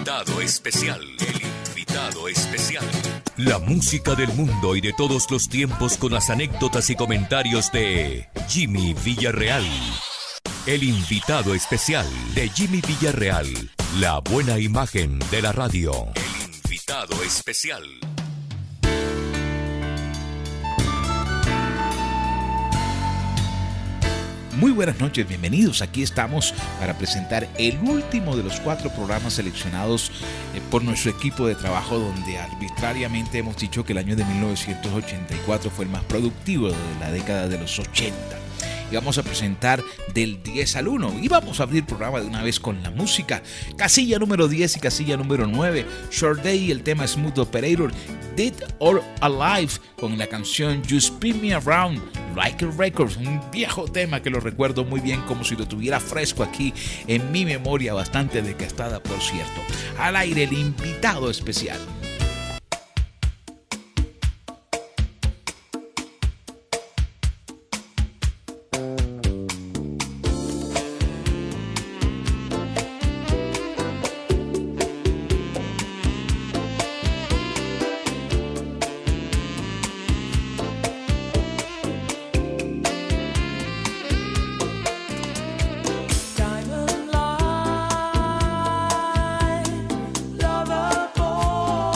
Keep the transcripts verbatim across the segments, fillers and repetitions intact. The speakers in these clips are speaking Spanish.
invitado especial. El invitado especial. La música del mundo y de todos los tiempos con las anécdotas y comentarios de Jimmy Villarreal. El invitado especial de Jimmy Villarreal. La buena imagen de la radio. El invitado especial. Muy buenas noches, bienvenidos. Aquí estamos para presentar el último de los cuatro programas seleccionados eh, por nuestro equipo de trabajo, donde arbitrariamente hemos dicho que el año de mil novecientos ochenta y cuatro fue el más productivo de la década de los ochenta. Y vamos a presentar del diez al uno. Y vamos a abrir el programa de una vez con la música. Casilla número diez y casilla número nueve. Short Day y el tema Smooth Operator. Dead or Alive con la canción You Spin Me Around. Like a Records, un viejo tema que lo recuerdo muy bien, como si lo tuviera fresco aquí en mi memoria, bastante desgastada por cierto. Al aire el invitado especial. Diamond light, lover boy.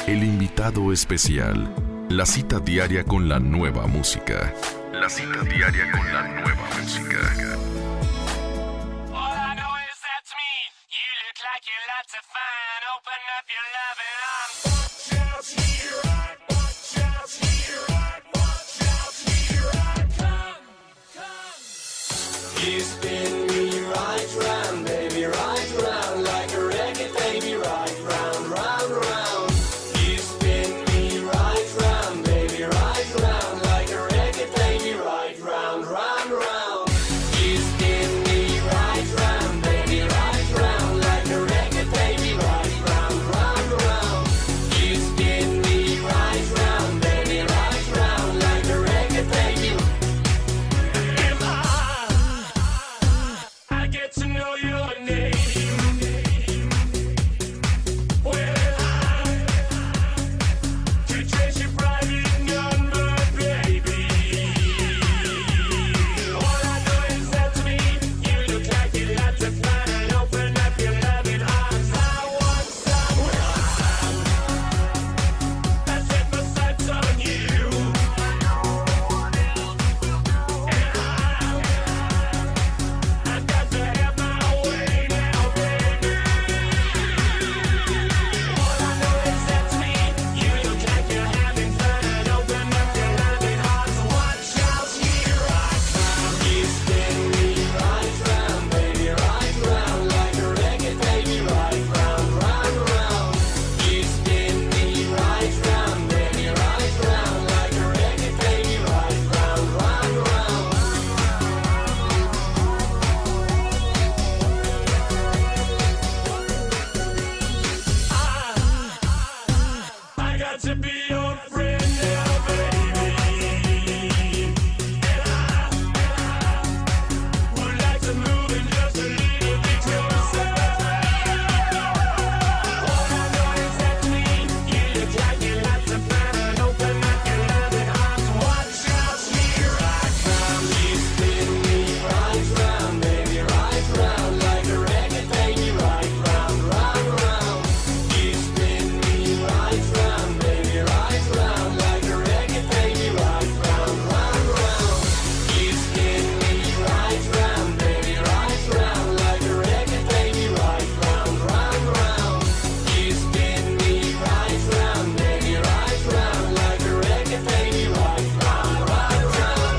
El invitado especial. La cita diaria con la nueva música. La cita diaria con la nueva música. All I know is that's me. You look like you lots of fun. Open up your love and I'm watch out here I watch out here I watch out here I come come. You spin me right round, baby, right round like a reggae baby, right round, round, round. You spin me right round, baby, right round like a reggae baby, right round, round, round. You spin me right round, baby, right round like a reggae baby, right round, round, round. You spin me right round, baby, right round like a reggae baby. Am I? I get to know your name. Well, I could trace your private number, baby. All I know is that to me, you look like you lots of fun and open up your loving arms. I want someone that set my sights on you. And I, I've got to have my way now, baby. All I know is that to me, you look like you're having fun and open up your loving arms. Watch out, here I come. You spin me right round, baby, right round like a reggae baby, right round, round, round. You spin me right round, baby, right round like a reggae baby, right round, round, round. I got to be your friend now, baby. And I would like to move in just a little bit closer. All I know is that to me, you look like you lots of fun and open up your loving arms. Watch out, here I come. You spin me right round, baby, right round like a reggae baby, right round, round, round. You spin me right round, baby, right round like a reggae baby, right round, round, round. You spin me right round, baby, right round like a reggae baby, right round, round, round. You spin me right round, baby, right round like a reggae baby, right round, round, round.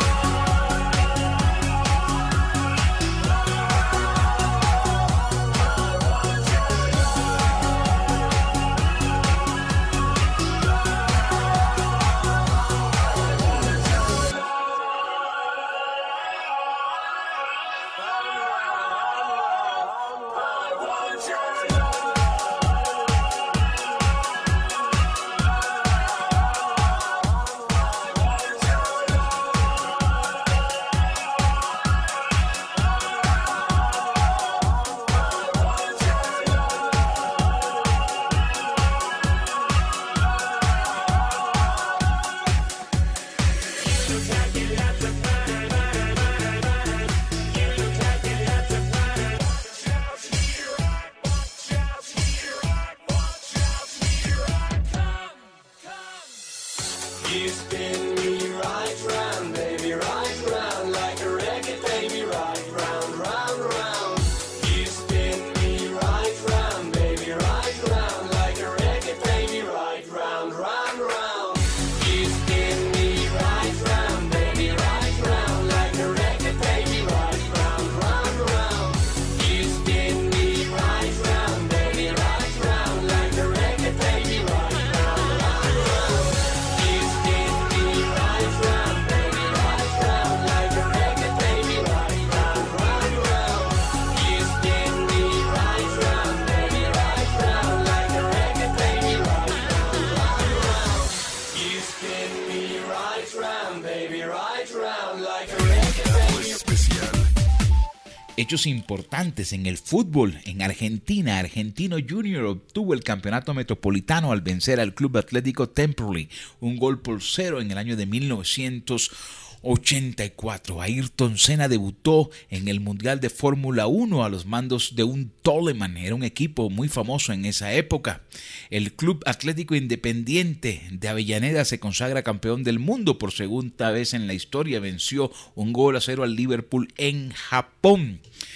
You spin me right round, baby, right round like a reggae baby, right round, round, round. You spin me right round, baby, right round like a reggae baby, right round, round, round. You spin me right round, baby, right round like a reggae baby, right round, round, round. You spin me right round, baby, right round like a reggae baby, right round, round, round. You spin me right round, baby, right round like a reggae baby, right round, round, round. You spin me right round, baby, right round like a reggae baby, right round, round, round. You spin me right round, baby, right round like a reggae baby. Especial. Hechos importantes en el fútbol. En Argentina, Argentino Junior obtuvo el campeonato metropolitano al vencer al Club Atlético Temperley un gol por cero en el año de mil novecientos ochenta y cuatro, Ayrton Senna debutó en el Mundial de Fórmula uno a los mandos de un Toleman, era un equipo muy famoso en esa época. El Club Atlético Independiente de Avellaneda se consagra campeón del mundo por segunda vez en la historia, venció un gol a cero al Liverpool en Japón.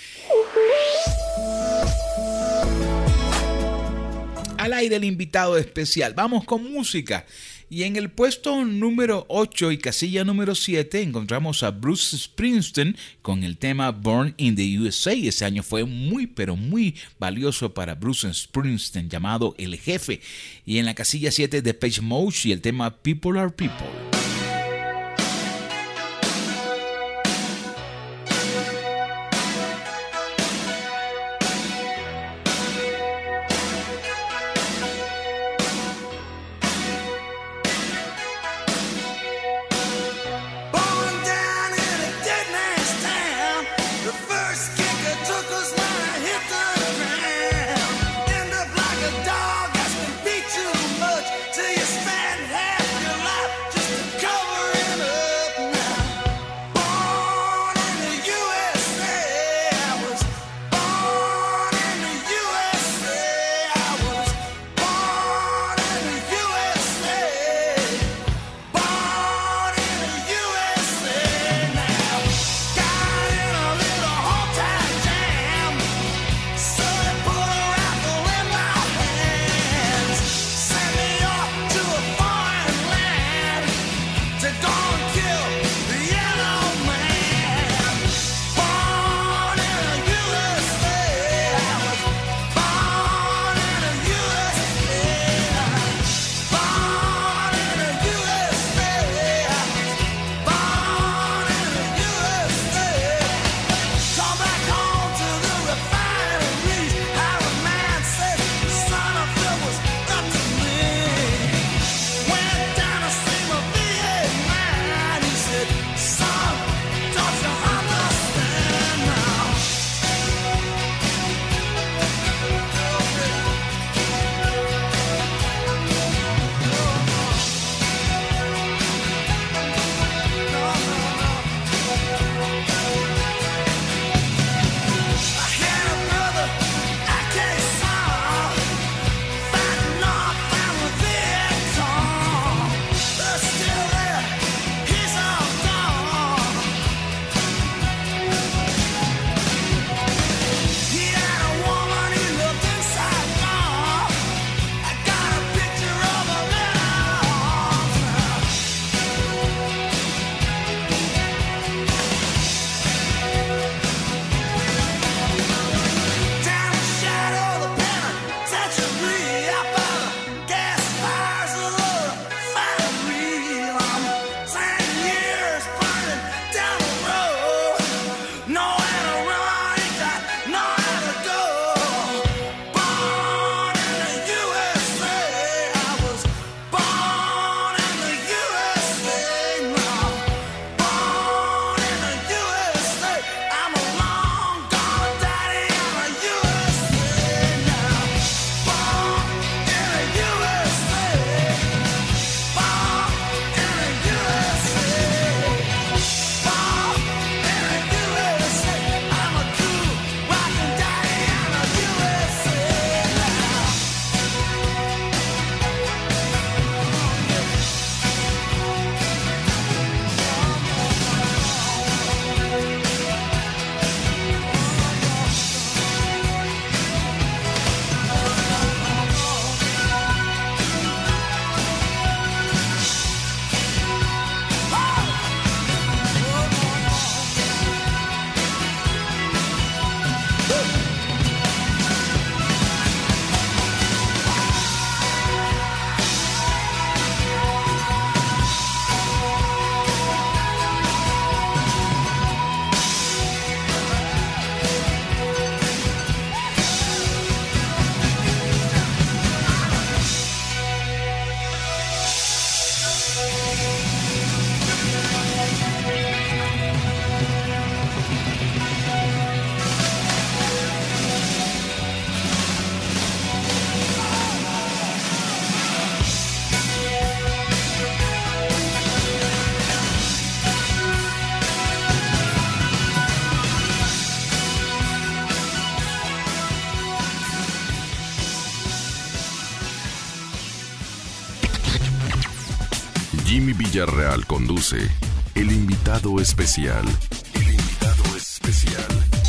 Al aire el invitado especial, vamos con música. Y en el puesto número ocho y casilla número siete encontramos a Bruce Springsteen con el tema Born in the U S A. Ese año fue muy pero muy valioso para Bruce Springsteen, llamado El Jefe. Y en la casilla siete Depeche Mode y el tema People Are People. Just Jimmy Villarreal conduce El Invitado Especial. El Invitado Especial.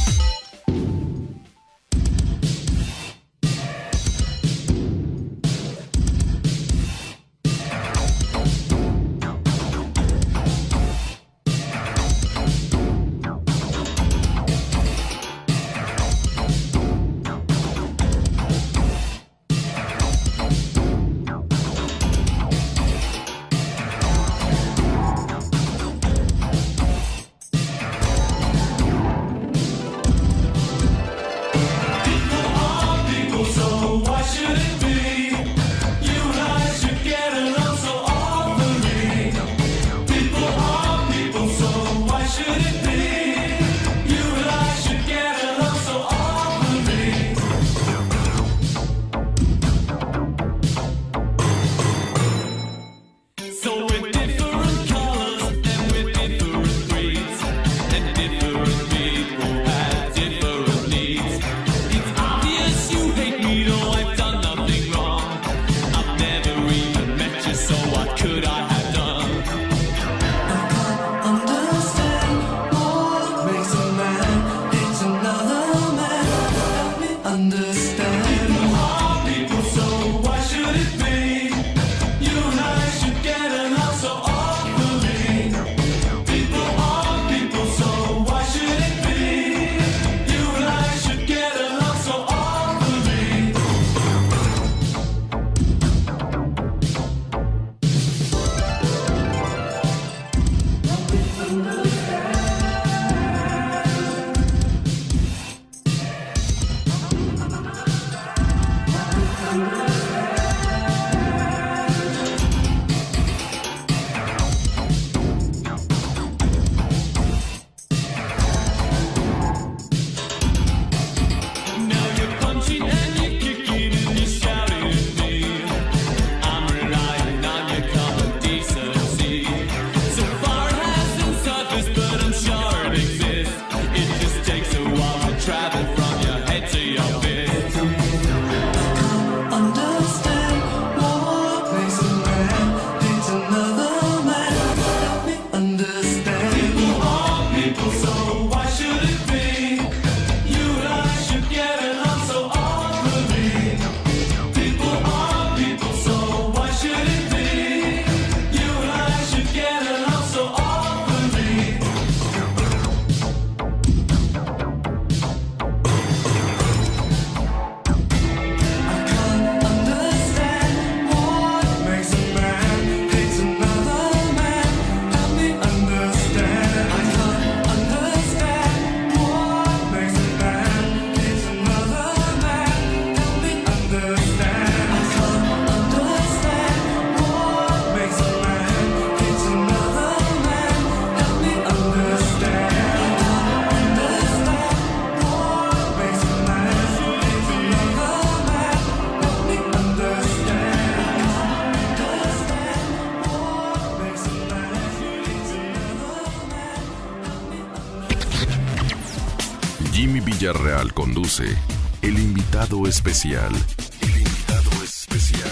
Jimmy Villarreal conduce El Invitado Especial. El Invitado Especial.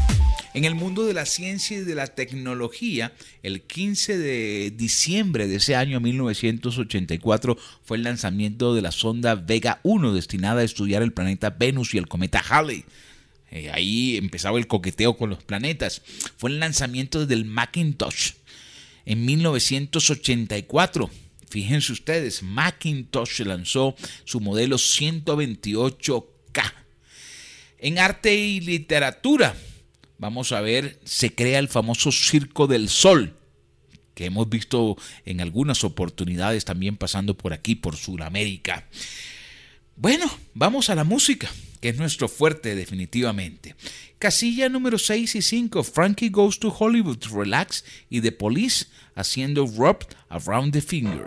En el mundo de la ciencia y de la tecnología, el quince de diciembre de ese año mil novecientos ochenta y cuatro fue el lanzamiento de la sonda Vega uno, destinada a estudiar el planeta Venus y el cometa Halley. Eh, ahí empezaba el coqueteo con los planetas. Fue el lanzamiento del Macintosh en mil novecientos ochenta y cuatro. Fíjense ustedes, Macintosh lanzó su modelo ciento veintiocho K. En arte y literatura, vamos a ver, se crea el famoso Circo del Sol, que hemos visto en algunas oportunidades también pasando por aquí, por Sudamérica. Bueno, vamos a la música, que es nuestro fuerte definitivamente. Casilla número seis y cinco, Frankie Goes to Hollywood, Relax, y The Police haciendo Wrapped Around the Finger.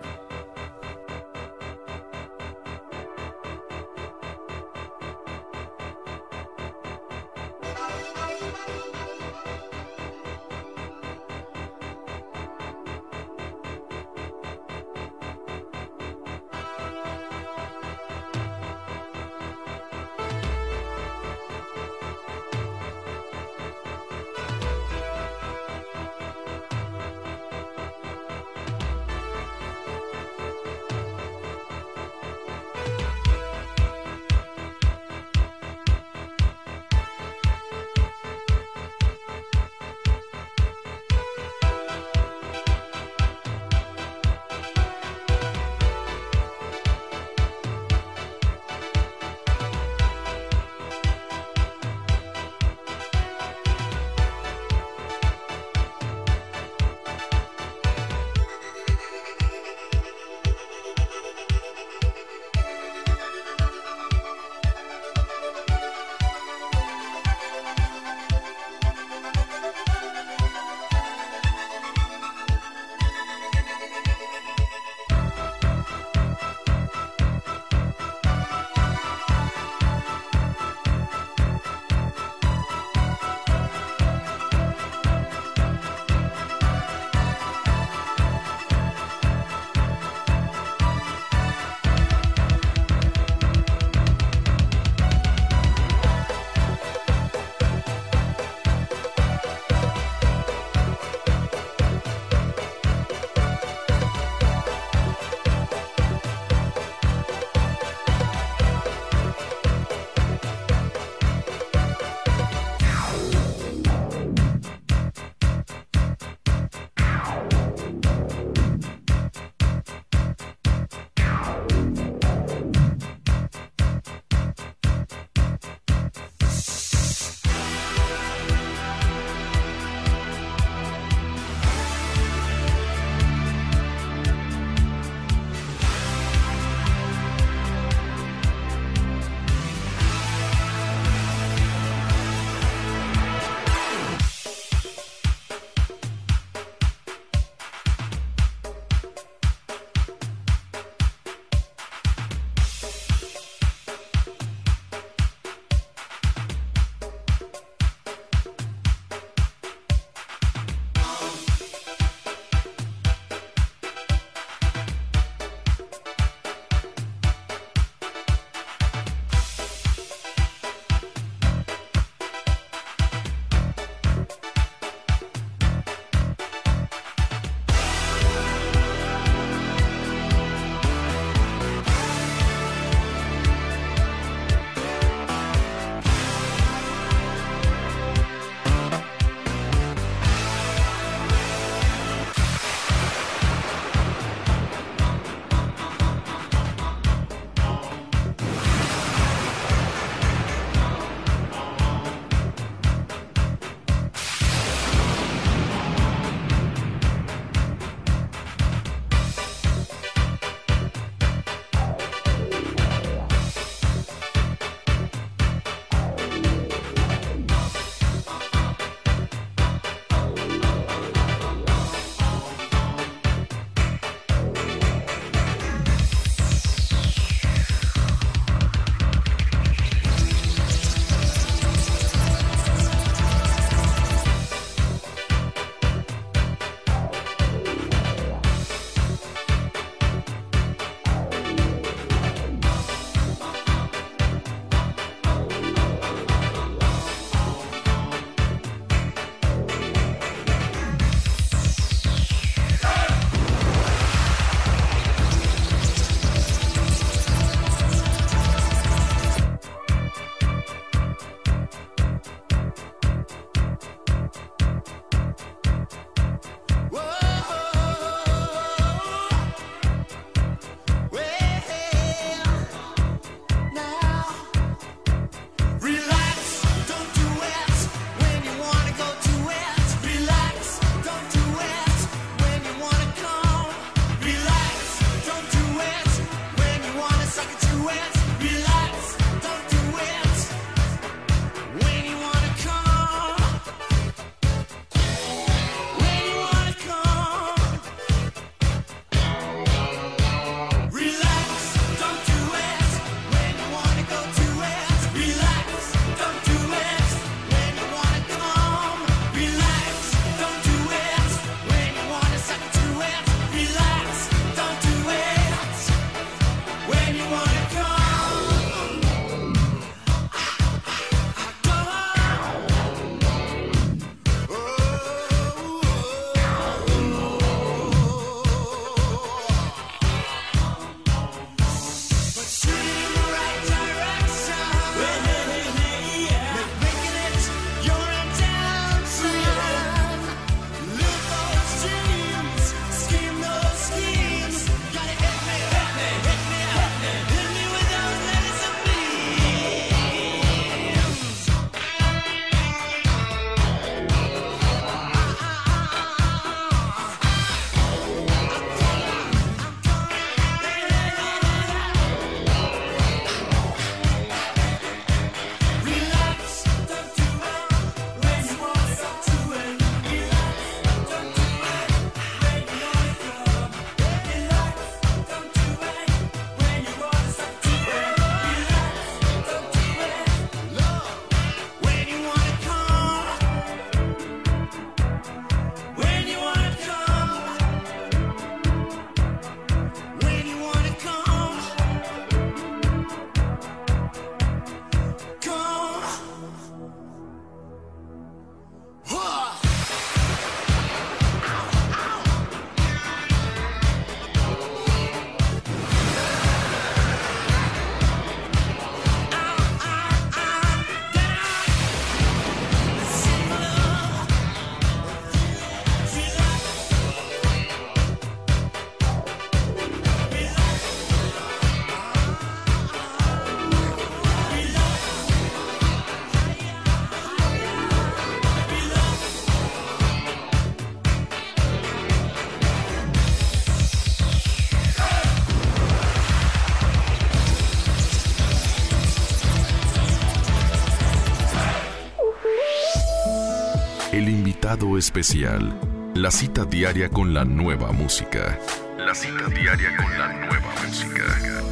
invitado especial. La cita diaria con la nueva música. La cita diaria con la nueva música.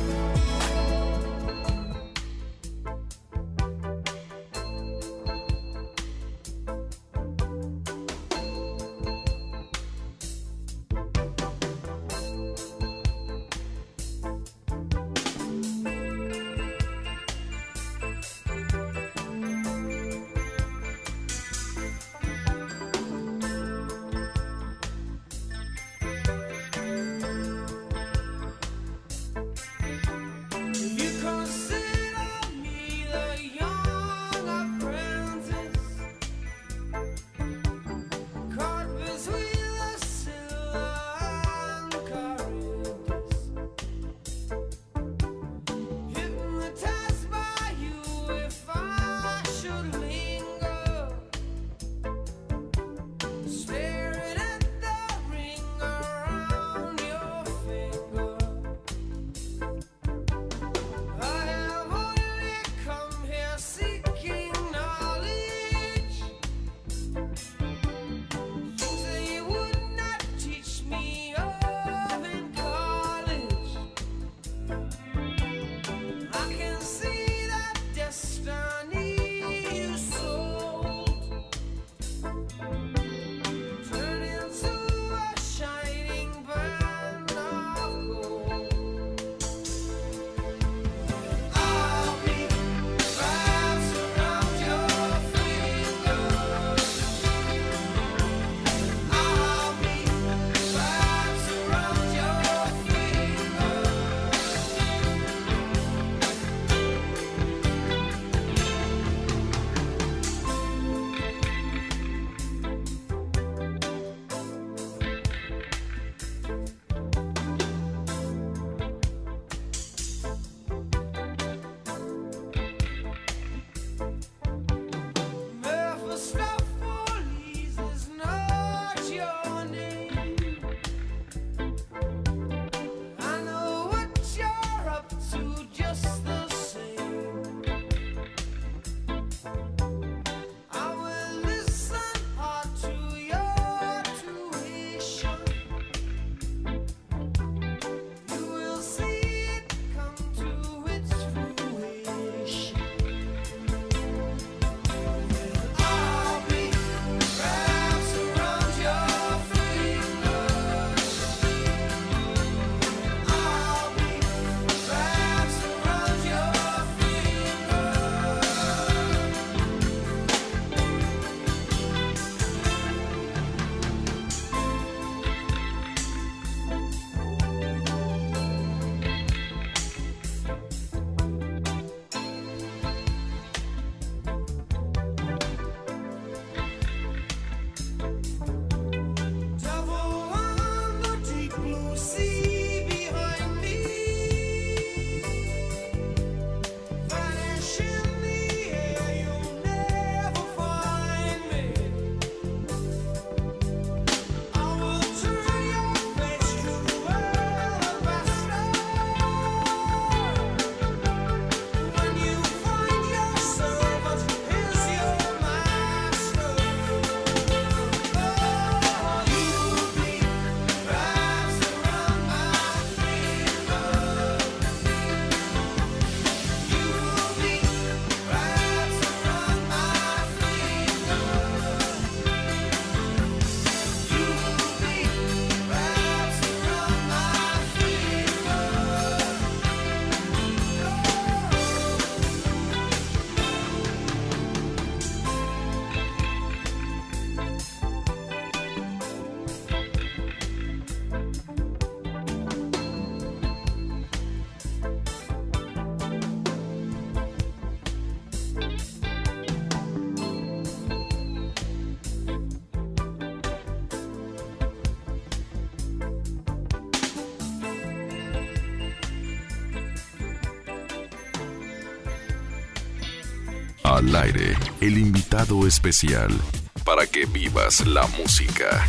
Al aire, el invitado especial para que vivas la música.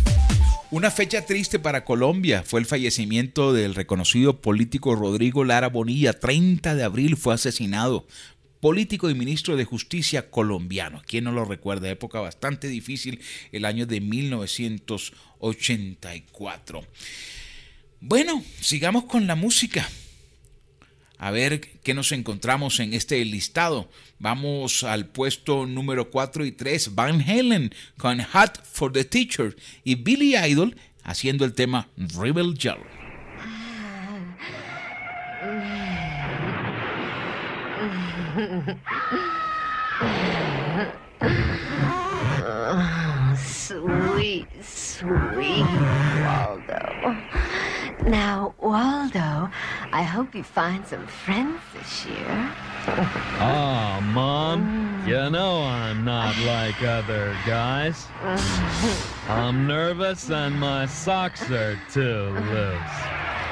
Una fecha triste para Colombia fue el fallecimiento del reconocido político Rodrigo Lara Bonilla. treinta de abril fue asesinado político y ministro de Justicia colombiano. ¿Quién no lo recuerda? Época bastante difícil, el año de mil novecientos ochenta y cuatro. Bueno, sigamos con la música. A ver qué nos encontramos en este listado. Vamos al puesto número cuatro y tres. Van Halen con Hot for the Teacher y Billy Idol haciendo el tema Rebel Yell. Oh, sweet, sweet Waldo. Now, Waldo, I hope you find some friends this year. Oh, Mom, you know I'm not like other guys. I'm nervous and my socks are too loose.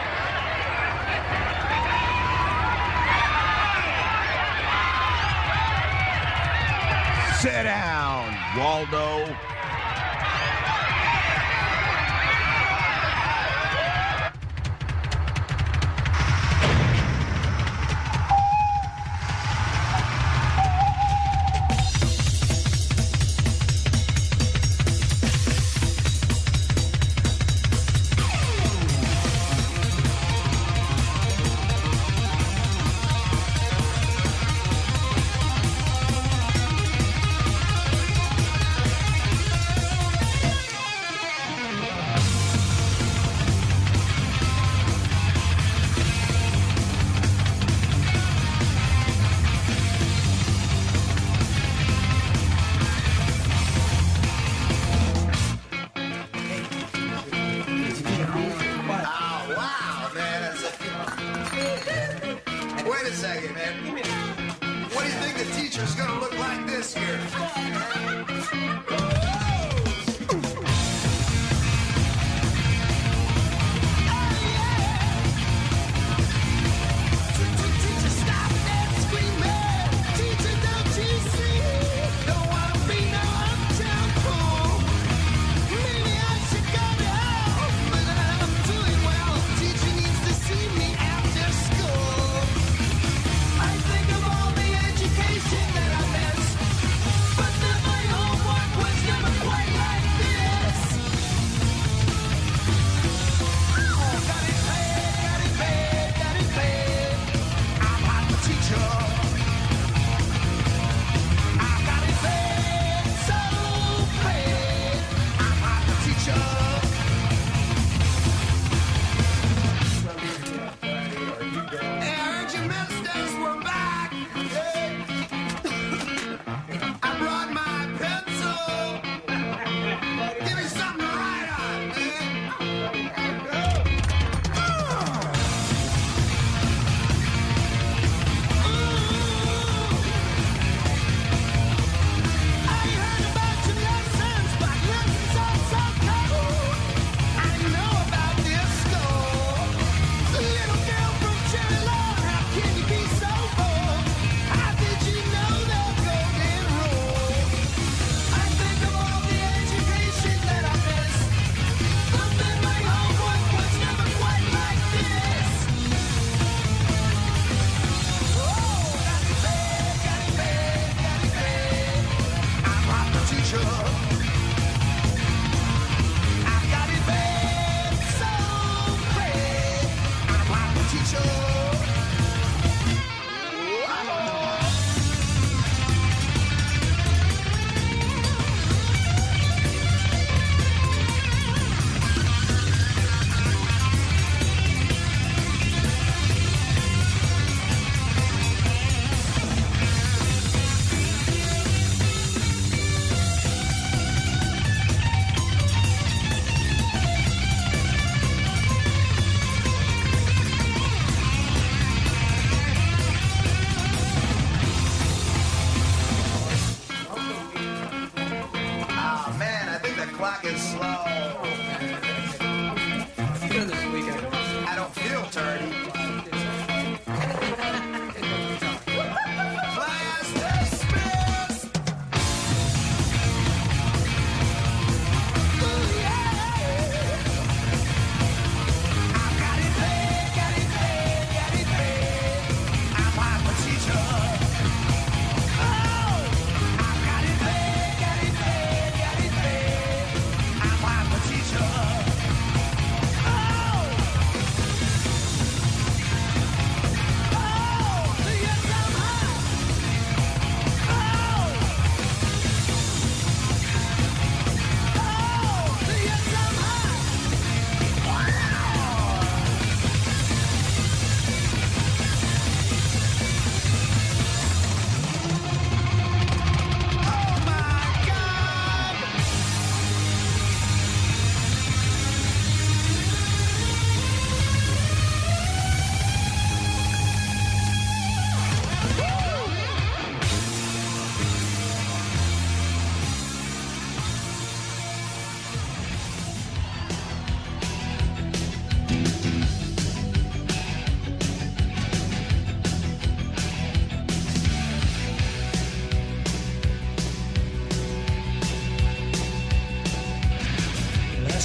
Sit down, Waldo.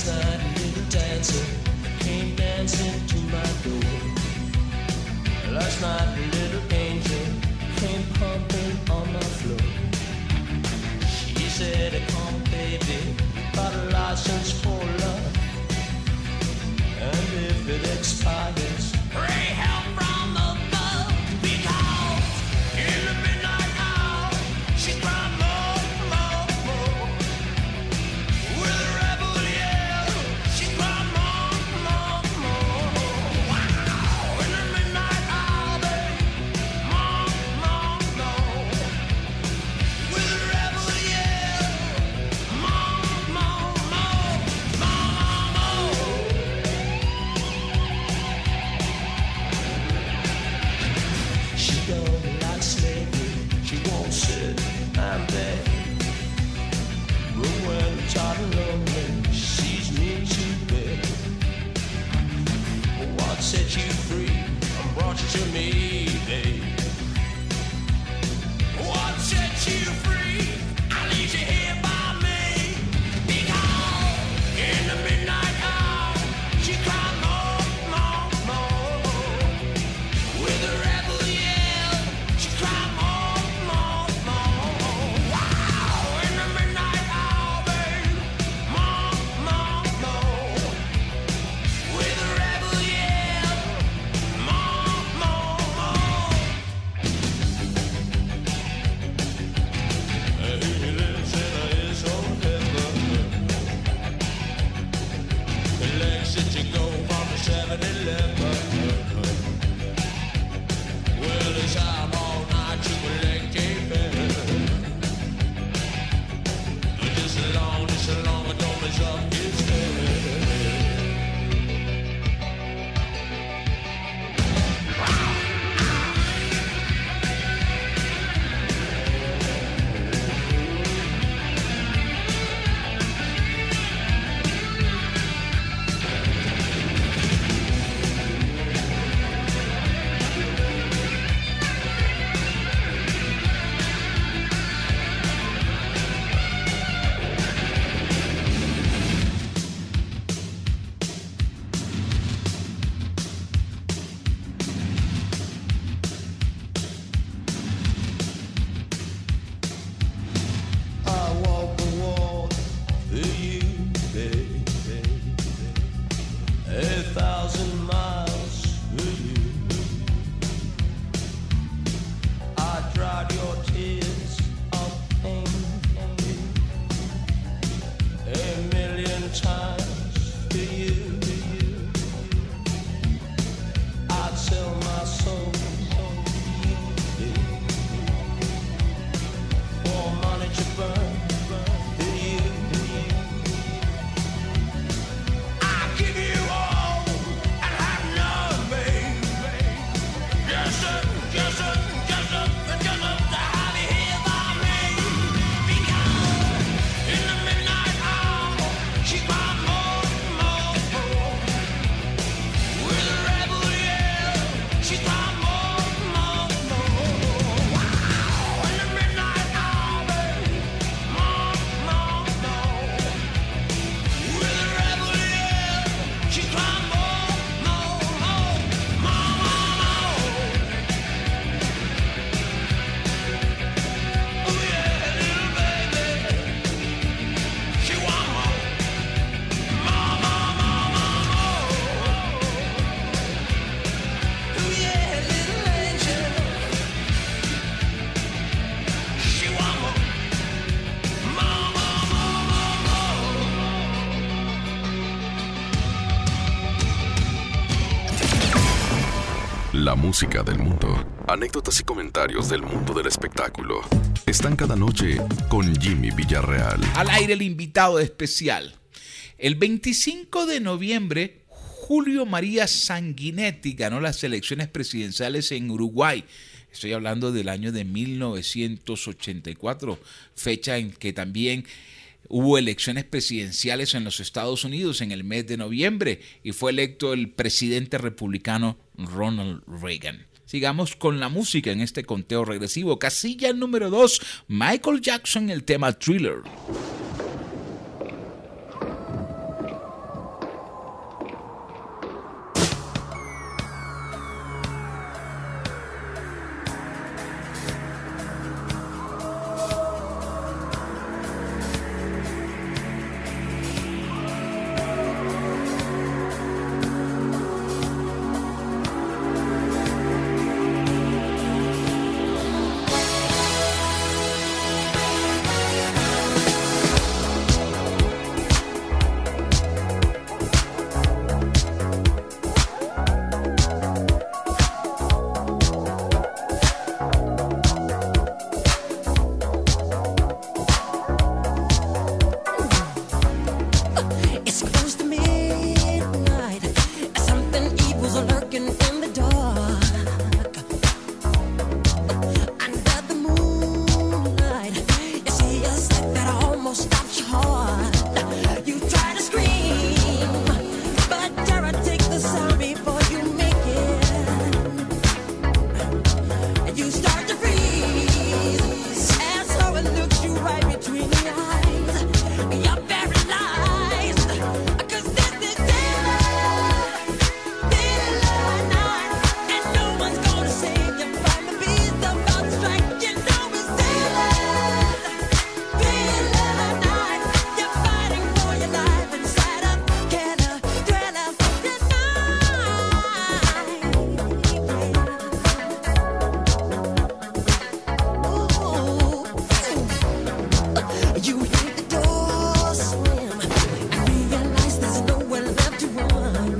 Last night a little dancer came dancing to my door. Last night a little angel came pumping on my floor. She said, come baby, got a license for love, and if it expires, pray help from above, because in the midnight hour she cried more, more, more. With a rebel yell, she cried more, more, more. Wow! In the midnight hour, babe, more, more, more. With a rebel yell, more, more, more, more, more. She don't like slavery, she won't sit and beg. But when I'm tired and lonely, she sees me to bed. What set you free and brought you to me, babe? What set you free? I leave you here by me. Because in the midnight hour, she cried more, more, more. With a rebel yell, she cried more, more, more. Wow! In the midnight hour, babe, more, more, more. With a rebel yell, more, more, more. He lives in his own heaven. The legs that you go from the seven eleven. Well, it's out all night to collect a fare. Just along, just along, it don't mess up his head. I walk the walk for you, baby. A thousand miles for you. I dried your tears of pain a million times for you. I'd sell my soul for you. For money to burn for you. I'll give you all and have none, babe. Just a, just a, just a, just a, to have you here by me. Because in the midnight hour, she cried more, more, more. With a rebel yell, she cried more, more, more. Wow! In the midnight hour, babe, more, more, more. With a rebel yell, she cried more, more, more, more, more. Oh yeah, little baby, she want more, more, more, more, more, more. Oh yeah, little angel, she want more, more, more, more, more, La música del mundo, anécdotas y comentarios del mundo del espectáculo. Están cada noche con Jimmy Villarreal. Al aire el invitado especial. El veinticinco de noviembre, Julio María Sanguinetti ganó las elecciones presidenciales en Uruguay. Estoy hablando del año de mil novecientos ochenta y cuatro, fecha en que también hubo elecciones presidenciales en los Estados Unidos en el mes de noviembre y fue electo el presidente republicano Ronald Reagan. Sigamos con la música en este conteo regresivo. Casilla número dos, Michael Jackson, el tema Thriller. It's close to midnight. Something evil's lurking in the dark. Under the moonlight, you see a sight that almost stops your heart. You try to scream, but terror takes the sound before you make it. And you start to freeze, and so it looks you right between the eyes. You're paralyzed, 'cause this is daylight, daylight night, and no one's gonna save you from the beast about to strike. You know it's daylight, daylight night. You're fighting for your life inside a killer, thriller, you hear the door slam and realize there's nowhere left to run.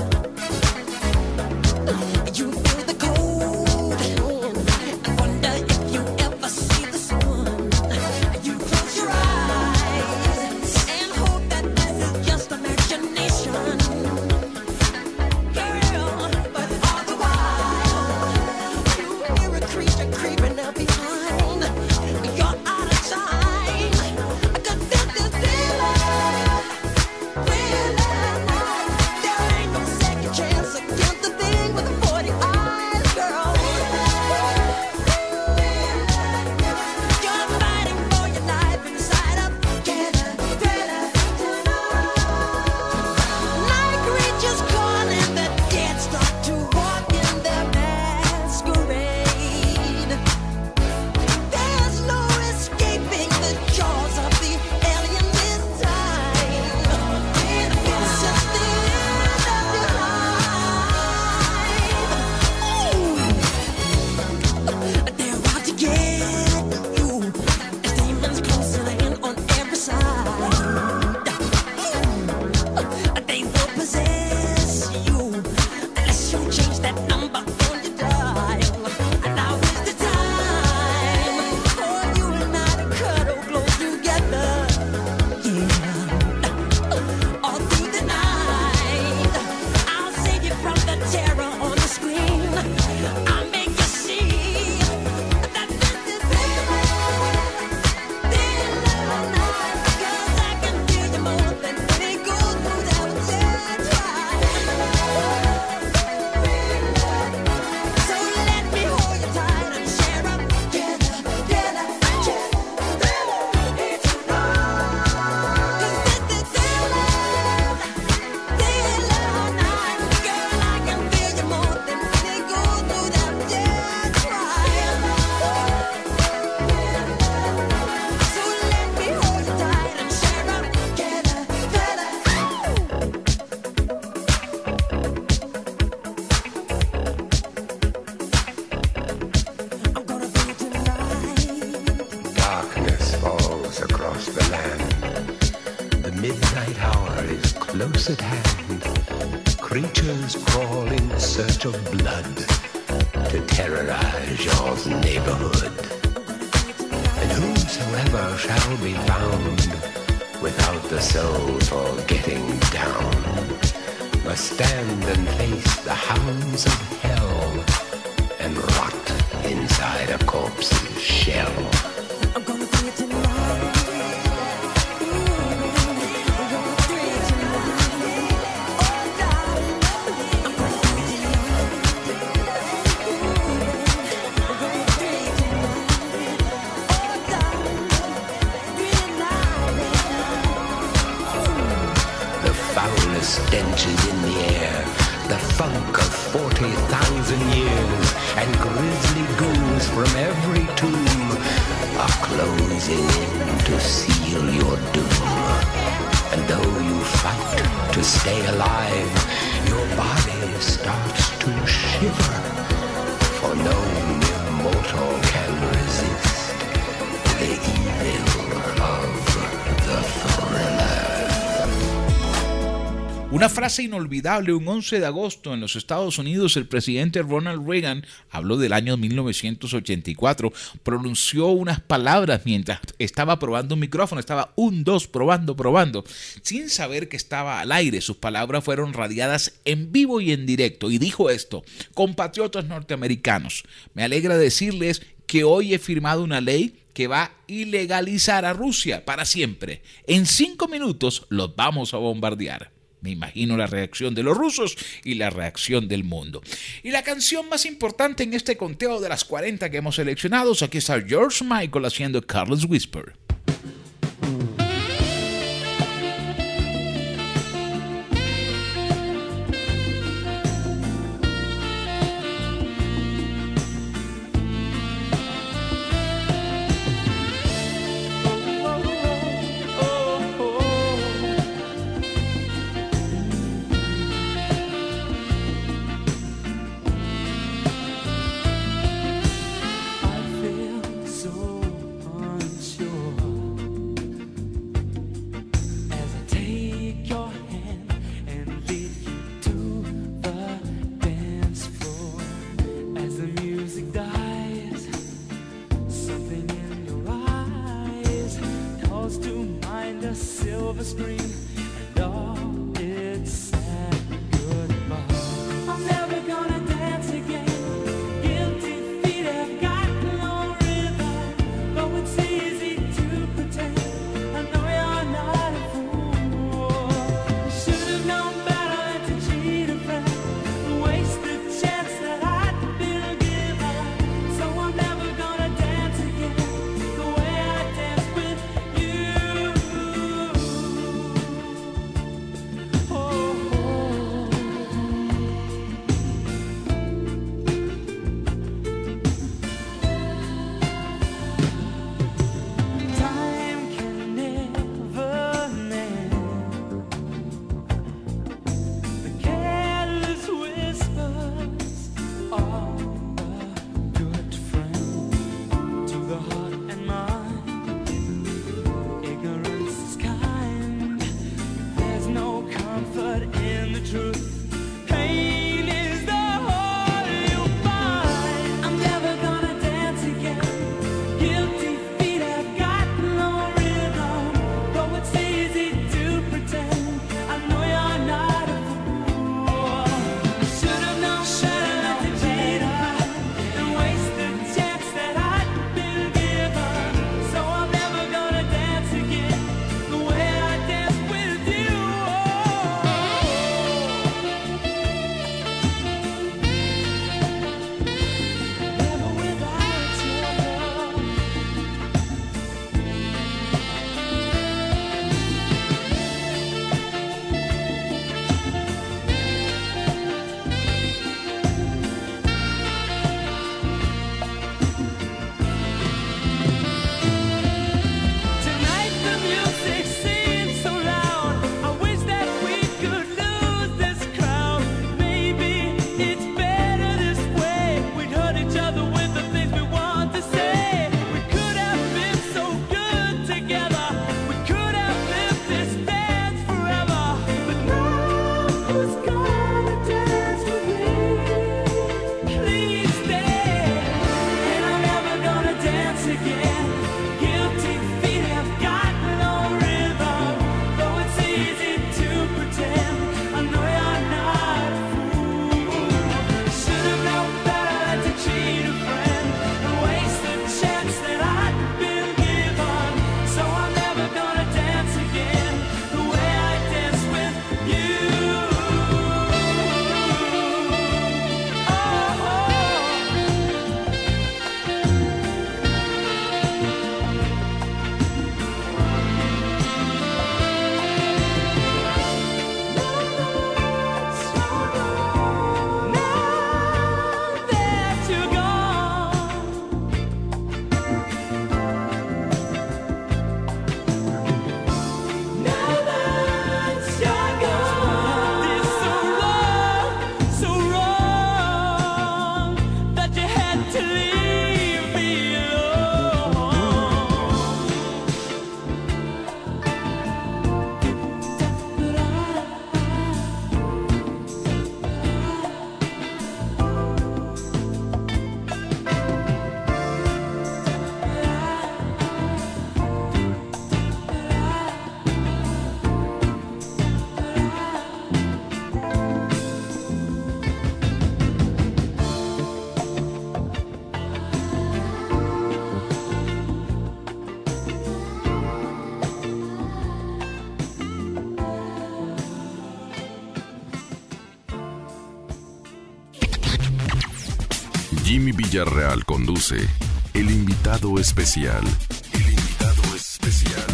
You feel the cold hand and wonder if you ever see the sun. You close your eyes and hope that this is just imagination, girl. But all the while you hear a creature creeping up behind. You're out of time, 'cause this is daylight, daylight night. There ain't no second chance against the thing with the forty eyes, girl. You're fighting for your life inside a killer, thriller, night creatures calling the dead start to walk in their masquerade. There's no escaping the jaws of the alien this time. It's just the end of your life. They're out to get you. There's demons closing in on every side. They will possess you unless you change that number on your dial. Now is the time for you and I to cuddle close together. Yeah, all through the night, I'll save you from the terror on the screen. I'll make you see that this is daylight, daylight night. 'Cause I can feel you more than any goes through that dead drive. So let me hold you tight and share a together, together, together. It's enough. 'Cause this is daylight, daylight night. Girl, I can feel you more than any goes through that dead drive. So let me hold you tight and share a together, together. I'm gonna be tonight. Darkness falls across the land. The midnight hour is close at hand. Creatures crawl in search of blood to terrorize your neighborhood. And whosoever shall be found without the soul for getting down must stand and face the hounds of hell and rot inside a corpse's shell. I'm gonna be tonight. The foulest stench is in the air, the funk of forty thousand years, and grisly ghouls from every tomb are closing in to seal your doom. And though you fight to stay alive, your body starts to shiver, for no immortal can resist the evil of the thriller. Una frase inolvidable: un once de agosto en los Estados Unidos, el presidente Ronald Reagan, habló del año mil novecientos ochenta y cuatro, pronunció unas palabras mientras estaba probando un micrófono, estaba un, dos, probando, probando, sin saber que estaba al aire. Sus palabras fueron radiadas en vivo y en directo y dijo esto: compatriotas norteamericanos, me alegra decirles que hoy he firmado una ley que va a ilegalizar a Rusia para siempre. En cinco minutos los vamos a bombardear. Me imagino la reacción de los rusos y la reacción del mundo. Y la canción más importante en este conteo de las cuarenta que hemos seleccionado, aquí está George Michael haciendo Careless Whisper. Jimmy Villarreal conduce El Invitado Especial. El Invitado Especial.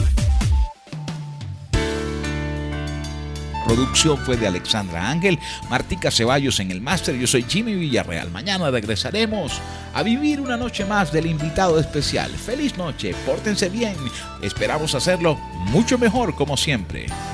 Producción fue de Alexandra Ángel, Martica Ceballos en el máster. Yo soy Jimmy Villarreal. Mañana regresaremos a vivir una noche más del Invitado Especial. Feliz noche, pórtense bien. Esperamos hacerlo mucho mejor como siempre.